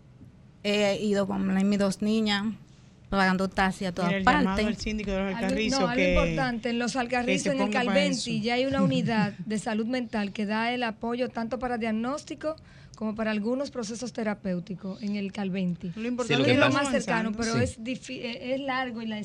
he ido con mis 2 niñas, pagando taxi a todas partes. El síndico de los Alcarrizos. Algo importante, en los Alcarrizos, en el Calventi, ya hay una unidad de salud mental que da el apoyo tanto para diagnóstico como para algunos procesos terapéuticos en el Calventi. Lo importante es lo más cercano, pero es largo y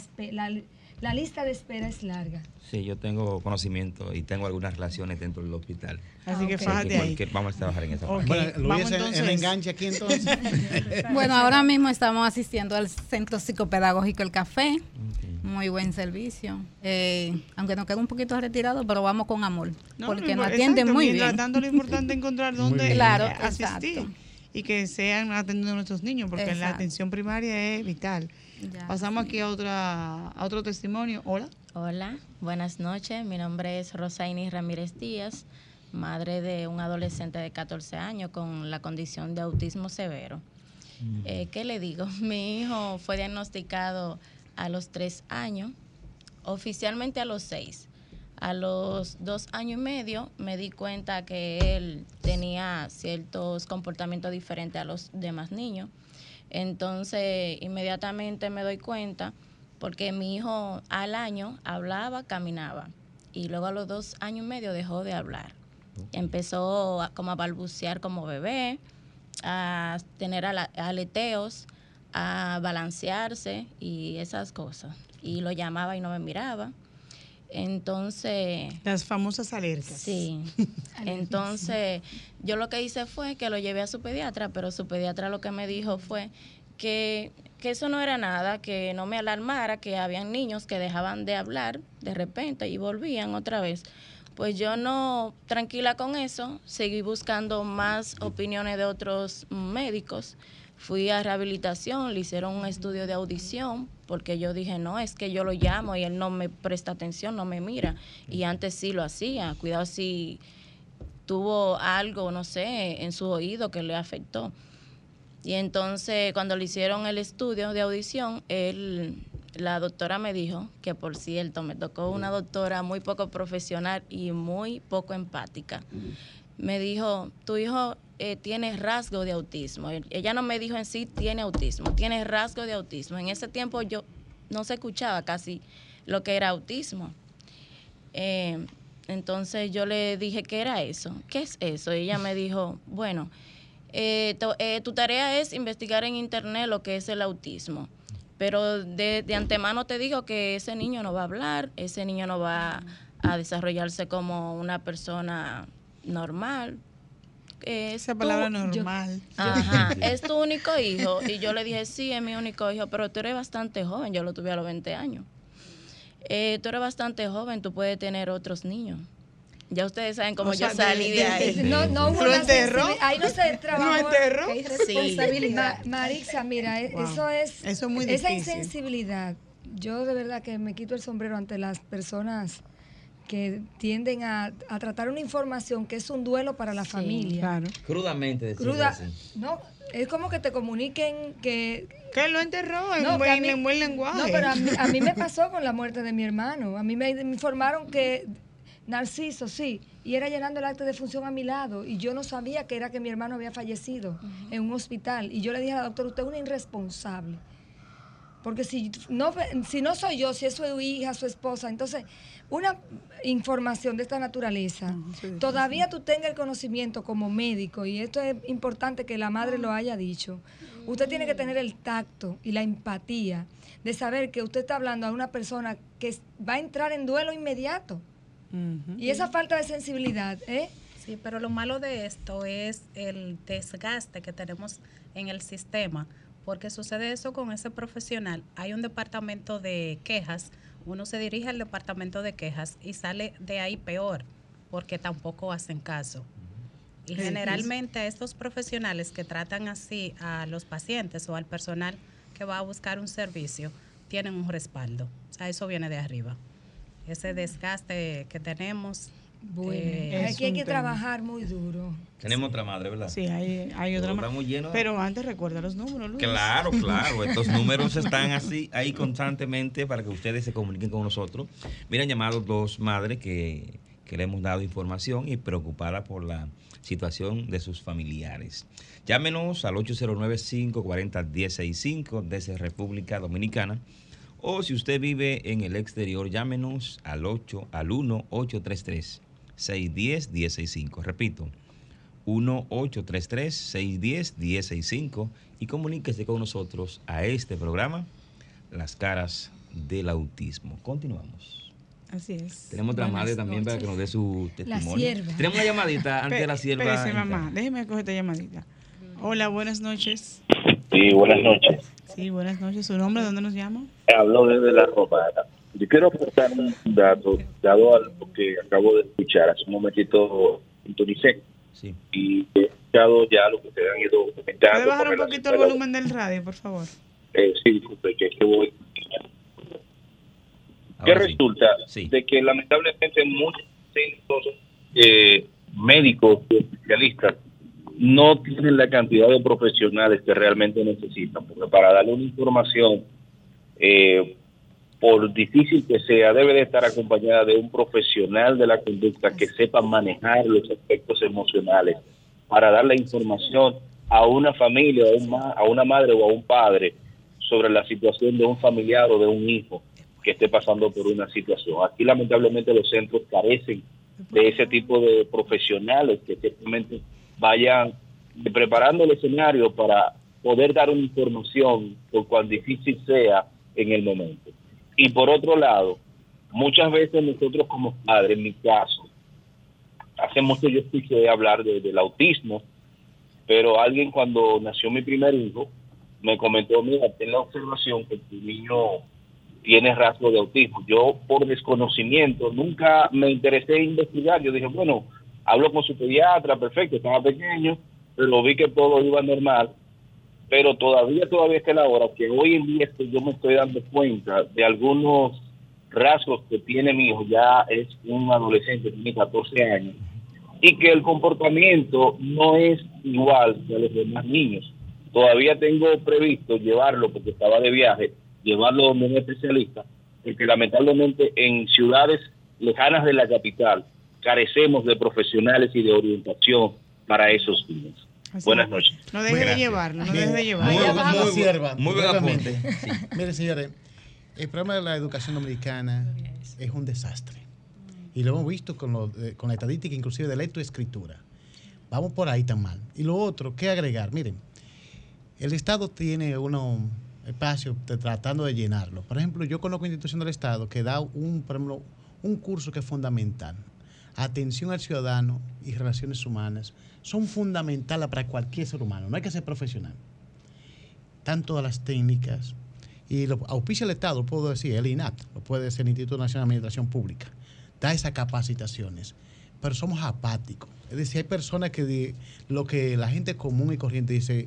la lista de espera es larga. Sí, yo tengo conocimiento y tengo algunas relaciones dentro del hospital. Así que fájate ahí. Vamos a trabajar en esa parte. Bueno, Luis, el enganche aquí entonces. Bueno, ahora mismo estamos asistiendo al Centro Psicopedagógico El Café. Muy buen servicio. Aunque nos queda un poquito retirado, pero vamos con amor. Porque nos atienden muy bien. Tanto lo importante encontrar dónde asistir. Exacto. Y que sean atendidos nuestros niños, porque la atención primaria es vital. Ya, pasamos aquí a otro testimonio. Hola. Hola, buenas noches. Mi nombre es Rosaini Ramírez Díaz, madre de un adolescente de 14 años con la condición de autismo severo. ¿Qué le digo? Mi hijo fue diagnosticado a los 3 años, oficialmente a los 6. A los 2 años y medio me di cuenta que él tenía ciertos comportamientos diferentes a los demás niños. Entonces, inmediatamente me doy cuenta porque mi hijo al año hablaba, caminaba y luego a los 2 años y medio dejó de hablar. Empezó como a balbucear como bebé, a tener aleteos, a balancearse y esas cosas. Y lo llamaba y no me miraba. Entonces... Las famosas alertas. Sí. Entonces, yo lo que hice fue que lo llevé a su pediatra, pero su pediatra lo que me dijo fue que eso no era nada, que no me alarmara, que habían niños que dejaban de hablar de repente y volvían otra vez. Pues yo no, tranquila con eso, seguí buscando más opiniones de otros médicos. Fui a rehabilitación, le hicieron un estudio de audición, porque yo dije, no, es que yo lo llamo y él no me presta atención, no me mira. Y antes sí lo hacía, cuidado si tuvo algo, no sé, en su oído que le afectó. Y entonces, cuando le hicieron el estudio de audición, la doctora me dijo que, por cierto, me tocó una doctora muy poco profesional y muy poco empática. Me dijo, tu hijo tiene rasgo de autismo. Ella no me dijo en sí tiene autismo, tiene rasgo de autismo. En ese tiempo yo no se escuchaba casi lo que era autismo. Entonces yo le dije, ¿qué era eso? ¿Qué es eso? Y ella me dijo, bueno, tu tarea es investigar en internet lo que es el autismo. Pero de antemano te digo que ese niño no va a hablar, ese niño no va a desarrollarse como una persona normal. Esa palabra normal. Ajá, es tu único hijo. Y yo le dije, sí, es mi único hijo, pero tú eres bastante joven, yo lo tuve a los 20 años. Tú eres bastante joven, tú puedes tener otros niños. Ya ustedes saben cómo yo salí de ahí. No hubo ¿Lo enterró? Ahí no se trabajó. ¿Lo enterró? Hay responsabilidad. Sí. Marixa, mira, eso es muy difícil. Esa insensibilidad. Yo de verdad que me quito el sombrero ante las personas que tienden a tratar una información que es un duelo para la familia. Claro. Crudamente decirlo así. No, es como que te comuniquen que lo enterró en buen lenguaje. No, pero a mí me pasó con la muerte de mi hermano. A mí me informaron que Narciso, sí, y era llenando el acta de función a mi lado, y yo no sabía que era que mi hermano había fallecido en un hospital. Y yo le dije a la doctora, usted es una irresponsable. Porque si no soy yo, si es su hija, su esposa, entonces una información de esta naturaleza, todavía tú tengas el conocimiento como médico, y esto es importante que la madre lo haya dicho, usted tiene que tener el tacto y la empatía de saber que usted está hablando a una persona que va a entrar en duelo inmediato. Y esa falta de sensibilidad, Sí, pero lo malo de esto es el desgaste que tenemos en el sistema, porque sucede eso con ese profesional. Hay un departamento de quejas, uno se dirige al departamento de quejas y sale de ahí peor, porque tampoco hacen caso. Y generalmente a estos profesionales que tratan así a los pacientes o al personal que va a buscar un servicio, tienen un respaldo. O sea, eso viene de arriba. Ese desgaste que tenemos. Bueno, aquí hay que trabajar muy duro. Tenemos otra madre, ¿verdad? Sí, hay otra madre. Pero antes recuerda los números, Luis. Claro. Estos números están así ahí constantemente para que ustedes se comuniquen con nosotros. Mira, han llamado dos madres que le hemos dado información y preocupadas por la situación de sus familiares. Llámenos al 809-540-1065 desde República Dominicana. O si usted vive en el exterior, llámenos al 1-833-610-1065. Repito, 1-833-610-1065 y comuníquese con nosotros a este programa, Las Caras del Autismo. Continuamos. Así es. Tenemos otra madre también para que nos dé su testimonio. La sierva. Tenemos una llamadita antes de la sierva. Espérese, mamá, déjeme coger esta llamadita. Hola, buenas noches. Sí, buenas noches. Sí, buenas noches. ¿Su nombre? ¿Dónde nos llama? Hablo desde La Romana. Yo quiero aportar un dato dado a lo que acabo de escuchar. Hace un momentito sintonicé. Sí. Y he escuchado ya lo que ustedes han ido comentando. ¿Puede bajar un poquito el volumen del radio, por favor? Sí, disculpe, que es que voy. ¿Qué resulta? De que lamentablemente muchos centros médicos y especialistas no tienen la cantidad de profesionales que realmente necesitan, porque para darle una información, por difícil que sea, debe de estar acompañada de un profesional de la conducta que sepa manejar los aspectos emocionales para dar la información a una familia, a una madre o a un padre sobre la situación de un familiar o de un hijo que esté pasando por una situación. Aquí lamentablemente los centros carecen de ese tipo de profesionales que simplemente vayan preparando el escenario para poder dar una información por cuán difícil sea en el momento. Y por otro lado, muchas veces nosotros como padres, en mi caso, hace mucho yo escuché hablar del autismo, pero alguien cuando nació mi primer hijo me comentó, mira, ten la observación que tu niño tiene rasgos de autismo. Yo por desconocimiento nunca me interesé en investigar. Yo dije, bueno, hablo con su pediatra, perfecto, estaba pequeño, pero vi que todo iba normal. Pero todavía está la hora que hoy en día yo me estoy dando cuenta de algunos rasgos que tiene mi hijo. Ya es un adolescente, tiene 14 años, y que el comportamiento no es igual que a los demás niños. Todavía tengo previsto llevarlo, porque estaba de viaje, llevarlo donde un especialista, porque lamentablemente en ciudades lejanas de la capital carecemos de profesionales y de orientación para esos niños. Así Buenas es. noches. No deje de llevarlo, no deje de llevarlo. Muy buen apunte. Sí. Mire, señores, el problema de la educación dominicana es un desastre. Y lo hemos visto con la estadística inclusive de lectoescritura. Vamos por ahí tan mal. Y lo otro, ¿qué agregar? Miren, el Estado tiene unos espacios tratando de llenarlo. Por ejemplo, yo conozco una institución del Estado que da un curso que es fundamental. Atención al ciudadano y relaciones humanas son fundamentales para cualquier ser humano. No hay que ser profesional. Están todas las técnicas y lo auspicia el Estado, lo puedo decir, el INAT, lo puede decir el Instituto Nacional de Administración Pública. Da esas capacitaciones, pero somos apáticos. Es decir, hay personas que lo que la gente común y corriente dice,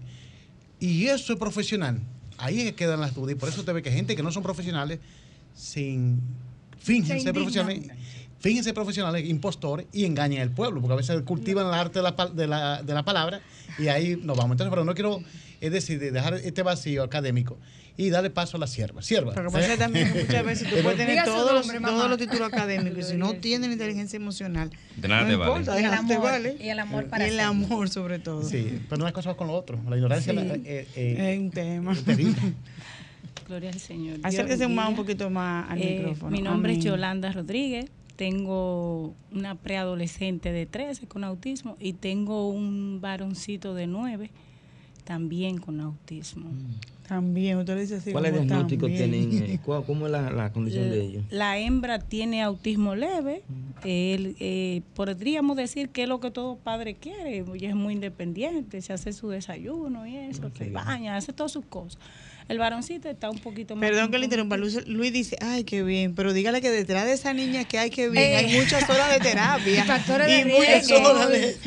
y eso es profesional. Ahí es que quedan las dudas y por eso te ve que gente que no son profesionales fingen ser profesionales. fíjense profesionales, impostores, y engañan al pueblo, porque a veces cultivan el arte de la palabra, y ahí nos vamos. Entonces, pero no quiero, es decir, de dejar este vacío académico y darle paso a la sierva. Pero pasa también muchas veces tú puedes tener todos los títulos académicos, y si no tienes inteligencia emocional, de nada no te importa, vale. te vale. Y el amor para Y el amor sobre todo. Sí, pero una cosa va con lo otro. La ignorancia es un tema. Es terrible. Gloria al Señor. Acérquese un poquito más al micrófono. Mi nombre es Amén. Yolanda Rodríguez. Tengo una preadolescente de 13 con autismo y tengo un varoncito de 9 también con autismo. También, usted le dice así. ¿Cuál es el diagnóstico tienen? ¿Cómo es la condición de ellos? La hembra tiene autismo leve. Podríamos decir que es lo que todo padre quiere. Ella es muy independiente, se hace su desayuno y eso, se baña, hace todas sus cosas. El varoncito está un poquito más... Perdón que le interrumpa, Luis dice, ay, qué bien, pero dígale que detrás de esa niña que hay que bien, hay muchas horas de terapia. Factores y de muchas riesgo. horas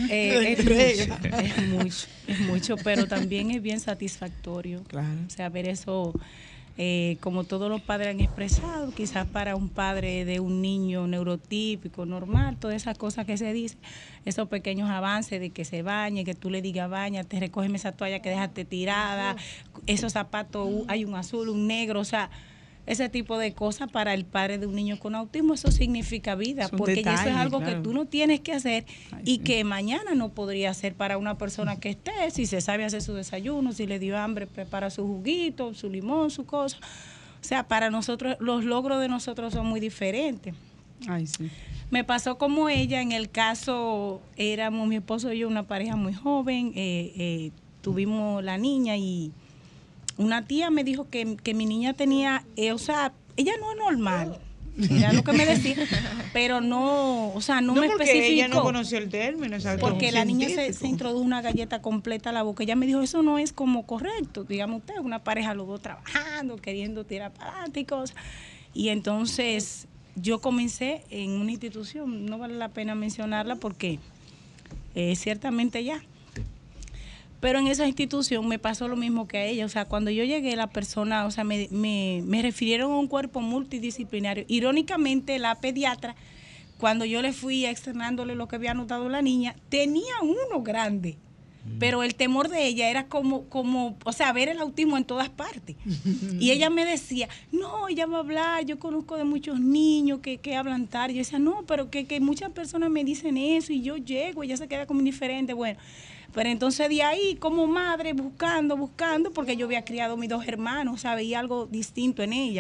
de es mucho, pero también es bien satisfactorio. Claro. O sea, ver eso, como todos los padres han expresado, quizás para un padre de un niño neurotípico, normal, todas esas cosas que se dicen, esos pequeños avances de que se bañe, que tú le digas bañate, recógeme esa toalla que dejaste tirada, esos zapatos, hay un azul, un negro, o sea, ese tipo de cosas para el padre de un niño con autismo, eso significa vida, porque detalles, eso es algo claro. que tú no tienes que hacer y sí. que mañana no podría hacer para una persona que esté, si se sabe hacer su desayuno, si le dio hambre, prepara su juguito, su limón, su cosa. O sea, para nosotros, los logros de nosotros son muy diferentes. Ay, sí. Me pasó como ella, en el caso, éramos mi esposo y yo una pareja muy joven, tuvimos la niña y una tía me dijo que mi niña tenía, o sea, ella no es normal, era lo que me decía, pero no, o sea, no me porque especificó. ella no conoció el término, exacto. Porque la niña se introdujo una galleta completa a la boca. Ella me dijo, eso no es como correcto, digamos usted, una pareja los dos trabajando, queriendo tirar para adelante y cosas. Y entonces yo comencé en una institución, no vale la pena mencionarla porque ciertamente ya. Pero en esa institución me pasó lo mismo que a ella. O sea, cuando yo llegué, la persona, o sea, me refirieron a un cuerpo multidisciplinario. Irónicamente, la pediatra, cuando yo le fui externándole lo que había anotado la niña, tenía uno grande. Pero el temor de ella era como, o sea, ver el autismo en todas partes. Y ella me decía, no, ella va a hablar, yo conozco de muchos niños que hablan tarde. Yo decía, no, pero que muchas personas me dicen eso y yo llego, ella se queda como indiferente. Bueno, pero entonces de ahí, como madre, buscando, porque yo había criado a mis dos hermanos, o sea, veía algo distinto en ella.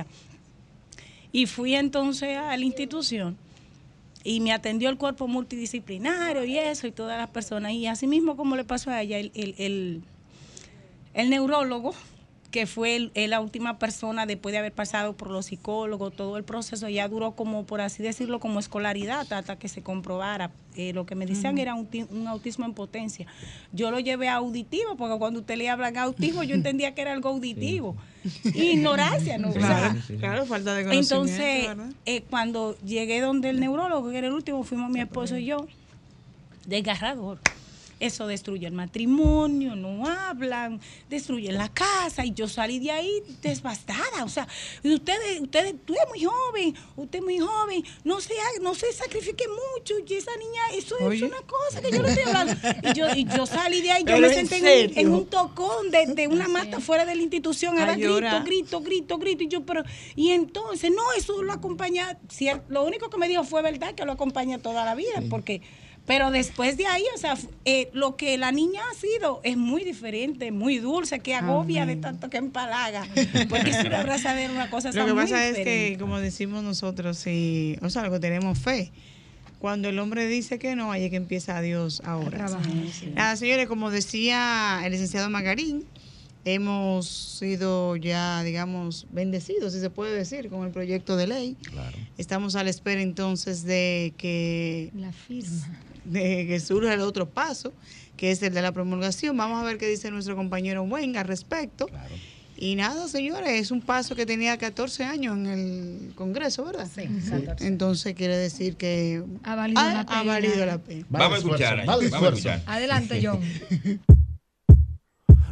Y fui entonces a la institución. Y me atendió el cuerpo multidisciplinario y eso, y todas las personas. Y así mismo como le pasó a ella, el neurólogo, que fue la última persona después de haber pasado por los psicólogos, todo el proceso, ya duró como, por así decirlo, como escolaridad hasta que se comprobara. Lo que me decían era un autismo en potencia. Yo lo llevé a auditivo, porque cuando usted le habla en autismo, yo entendía que era algo auditivo. Sí. Ignorancia, ¿no? Claro, o sea, claro, falta de conocimiento. Entonces, cuando llegué donde el neurólogo, que era el último, fuimos mi esposo y yo, desgarrador. Eso destruye el matrimonio, no hablan, destruye la casa, y yo salí de ahí devastada. O sea, ustedes, tú eres muy joven, usted es muy joven, no se sacrifique mucho, y esa niña, eso es una cosa que yo no estoy hablando. Y yo salí de ahí, yo me senté en un tocón de una mata fuera de la institución, a dar grito, y yo, y entonces, no, eso lo acompaña, lo único que me dijo fue verdad, que lo acompaña toda la vida, porque... Pero después de ahí, o sea, lo que la niña ha sido es muy diferente, muy dulce, que agobia de tanto que empalaga. Porque es una abrazadera, una cosa Lo que muy pasa diferente. es que, como decimos nosotros, o sea, lo que tenemos fe. Cuando el hombre dice que no, ahí es que empieza Dios ahora. Señores, como decía el licenciado Magarín, hemos sido ya, digamos, bendecidos, si se puede decir, con el proyecto de ley. Claro. Estamos a la espera entonces de que... La firma. De que surja el otro paso, que es el de la promulgación. Vamos a ver qué dice nuestro compañero Wen al respecto. Claro. Y nada, señores, es un paso que tenía 14 años en el Congreso, ¿verdad? Sí, 14. Entonces quiere decir que ha valido la pena. Vamos a escuchar. Adelante, John.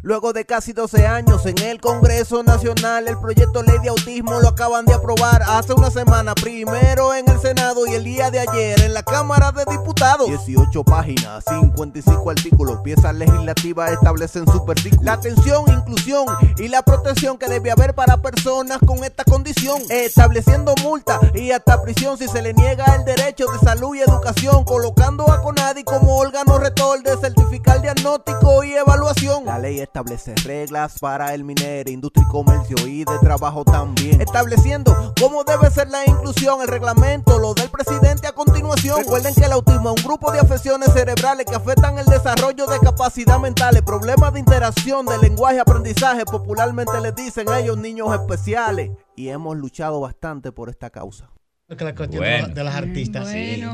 Luego de casi 12 años en el Congreso Nacional, el proyecto Ley de Autismo lo acaban de aprobar hace una semana, primero en el Senado y el día de ayer en la Cámara de Diputados. 18 páginas, 55 artículos, piezas legislativas establecen sus versículos. La atención, inclusión y la protección que debe haber para personas con esta condición, estableciendo multa y hasta prisión si se le niega el derecho de salud y educación, colocando a CONADI como órgano rector de certificar diagnóstico y evaluación. La ley establece reglas para el minero, industria y comercio y de trabajo también, estableciendo cómo debe ser la inclusión. El reglamento lo del presidente a continuación. Recuerden que el autismo es un grupo de afecciones cerebrales que afectan el desarrollo de capacidad mentales, problemas de interacción, de lenguaje, aprendizaje, popularmente les dicen a ellos niños especiales, y hemos luchado bastante por esta causa. Que la cuestión de las artistas. Bueno.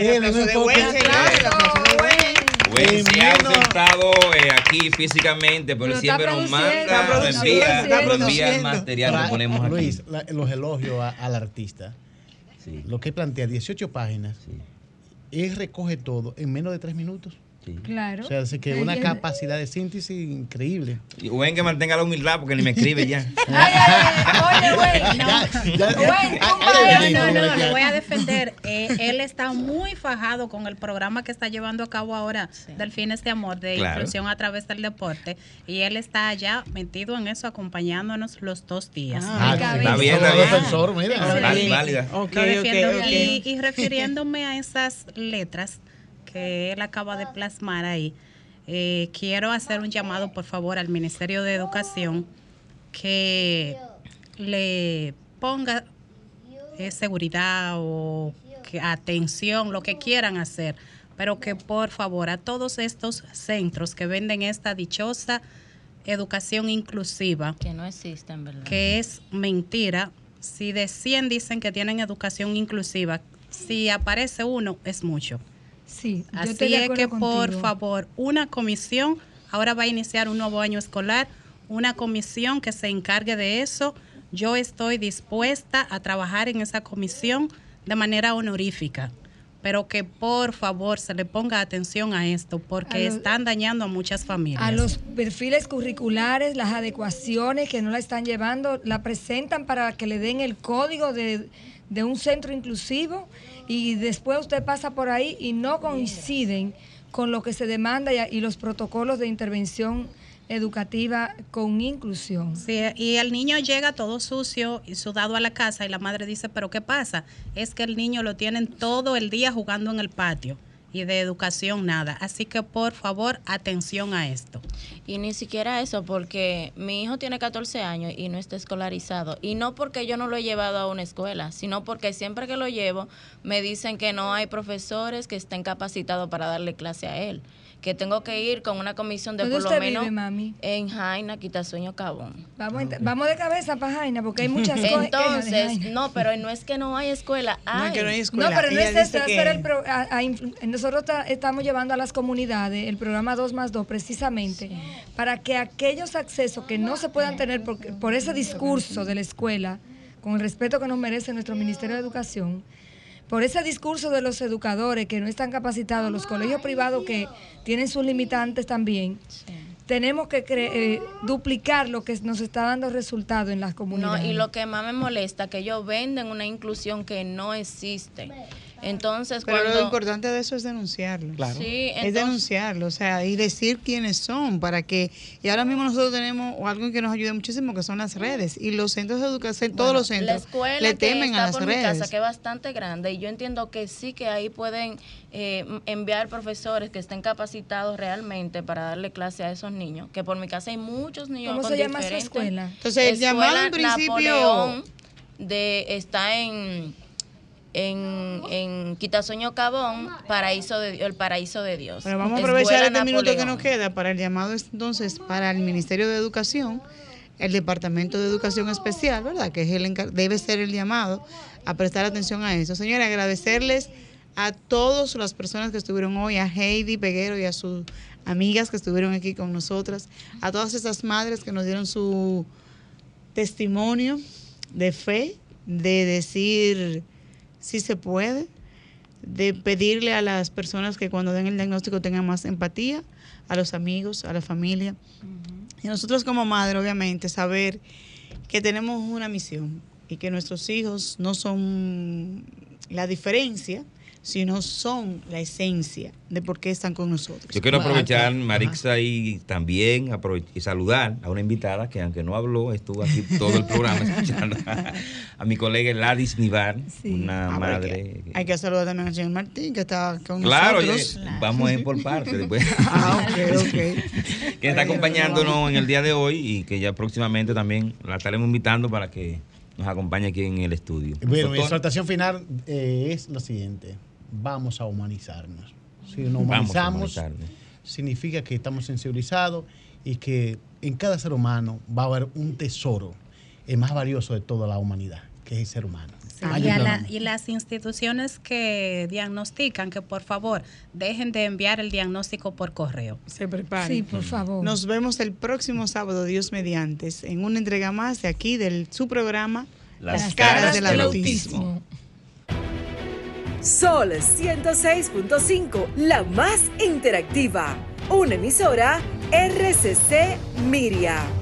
Se ha ausentado aquí físicamente, pero siempre nos manda, nos envía el material que ponemos aquí. Luis, los elogios al artista. Lo que plantea 18 páginas, él recoge todo en menos de 3 minutos. Claro. O sea, así que una capacidad de síntesis increíble. Y buen que mantenga la humildad porque ni me escribe ya. Oye, güey, no, lo voy a defender. Él está muy fajado con el programa que está llevando a cabo ahora, Delfines de Amor, de inclusión a través del deporte. Y él está ya metido en eso, acompañándonos los 2 días. Está bien, está bien. Defensor, mira. Válida. Y refiriéndome a esas letras que él acaba de plasmar ahí, quiero hacer un llamado, por favor, al Ministerio de Educación que le ponga seguridad o atención, lo que quieran hacer, pero que por favor a todos estos centros que venden esta dichosa educación inclusiva, que no existen, ¿verdad? Que es mentira. Si de 100 dicen que tienen educación inclusiva, si aparece uno, es mucho. Sí, así es que por favor, una comisión, ahora va a iniciar un nuevo año escolar, una comisión que se encargue de eso. Yo estoy dispuesta a trabajar en esa comisión de manera honorífica, pero que por favor se le ponga atención a esto, porque están dañando a muchas familias. A los perfiles curriculares, las adecuaciones que no la están llevando, la presentan para que le den el código de un centro inclusivo, y después usted pasa por ahí y no coinciden con lo que se demanda y los protocolos de intervención educativa con inclusión. Sí, y el niño llega todo sucio y sudado a la casa y la madre dice, ¿pero qué pasa? Es que el niño lo tienen todo el día jugando en el patio y de educación nada. Así que por favor, atención a esto. Y ni siquiera eso, porque mi hijo tiene 14 años y no está escolarizado. Y no porque yo no lo he llevado a una escuela, sino porque siempre que lo llevo me dicen que no hay profesores que estén capacitados para darle clase a él. Que tengo que ir con una comisión de por lo menos vive, mami? En Jaina, Quitasueño, Cabón. Vamos de cabeza para Jaina, porque hay muchas cosas. Entonces, no, pero no es que no hay escuela. No es que no hay escuela. No, pero no es eso. Nosotros estamos llevando a las comunidades el programa 2+2 precisamente para que aquellos accesos que no se puedan tener por ese discurso de la escuela, con el respeto que nos merece nuestro Ministerio de Educación, por ese discurso de los educadores que no están capacitados, los colegios privados que tienen sus limitantes también, tenemos que duplicar lo que nos está dando resultado en las comunidades. No, y lo que más me molesta es que ellos venden una inclusión que no existe. Entonces, pero lo importante de eso es denunciarlo. Claro. Sí, es denunciarlo, o sea, y decir quiénes son, para que, y ahora mismo nosotros tenemos algo que nos ayuda muchísimo, que son las redes, y los centros de educación, todos los centros le temen a las redes. Mi casa, que es bastante grande, y yo entiendo que sí, que ahí pueden enviar profesores que estén capacitados realmente para darle clase a esos niños, que por mi casa hay muchos niños. ¿Cómo se llama esa escuela? Entonces, el llamado en principio Napoleón está en Quitasueño, Cabón, el Paraíso de Dios. Pero vamos a aprovechar este minuto que nos queda para el llamado entonces para el Ministerio de Educación, el Departamento de Educación Especial, ¿verdad? Que es debe ser el llamado a prestar atención a eso. Señores, agradecerles a todas las personas que estuvieron hoy, a Heidi Peguero y a sus amigas que estuvieron aquí con nosotras, a todas esas madres que nos dieron su testimonio de fe, de decir si se puede, de pedirle a las personas que cuando den el diagnóstico tengan más empatía, a los amigos, a la familia, Y nosotros como madre, obviamente, saber que tenemos una misión y que nuestros hijos no son la diferencia, sino son la esencia de por qué están con nosotros. Yo quiero aprovechar, Marixa, y también y saludar a una invitada que, aunque no habló, estuvo aquí todo el programa escuchando a mi colega Ladis Nivar, una madre. Hay que saludar también al señor Martín, que está con nosotros. Claro, vamos a ir por parte después. Okay. Que está acompañándonos en el día de hoy y que ya próximamente también la estaremos invitando para que nos acompañe aquí en el estudio. Bueno, mi exhortación final es lo siguiente: vamos a humanizarnos. Si nos humanizamos, significa que estamos sensibilizados y que en cada ser humano va a haber un tesoro, el más valioso de toda la humanidad, que es el ser humano. Sí, y las instituciones que diagnostican, que por favor dejen de enviar el diagnóstico por correo. Se preparen. Sí, por favor. Nos vemos el próximo sábado, Dios mediante, en una entrega más de aquí, de su programa Las Caras del Autismo. Sol 106.5, la más interactiva. Una emisora RCC Miria.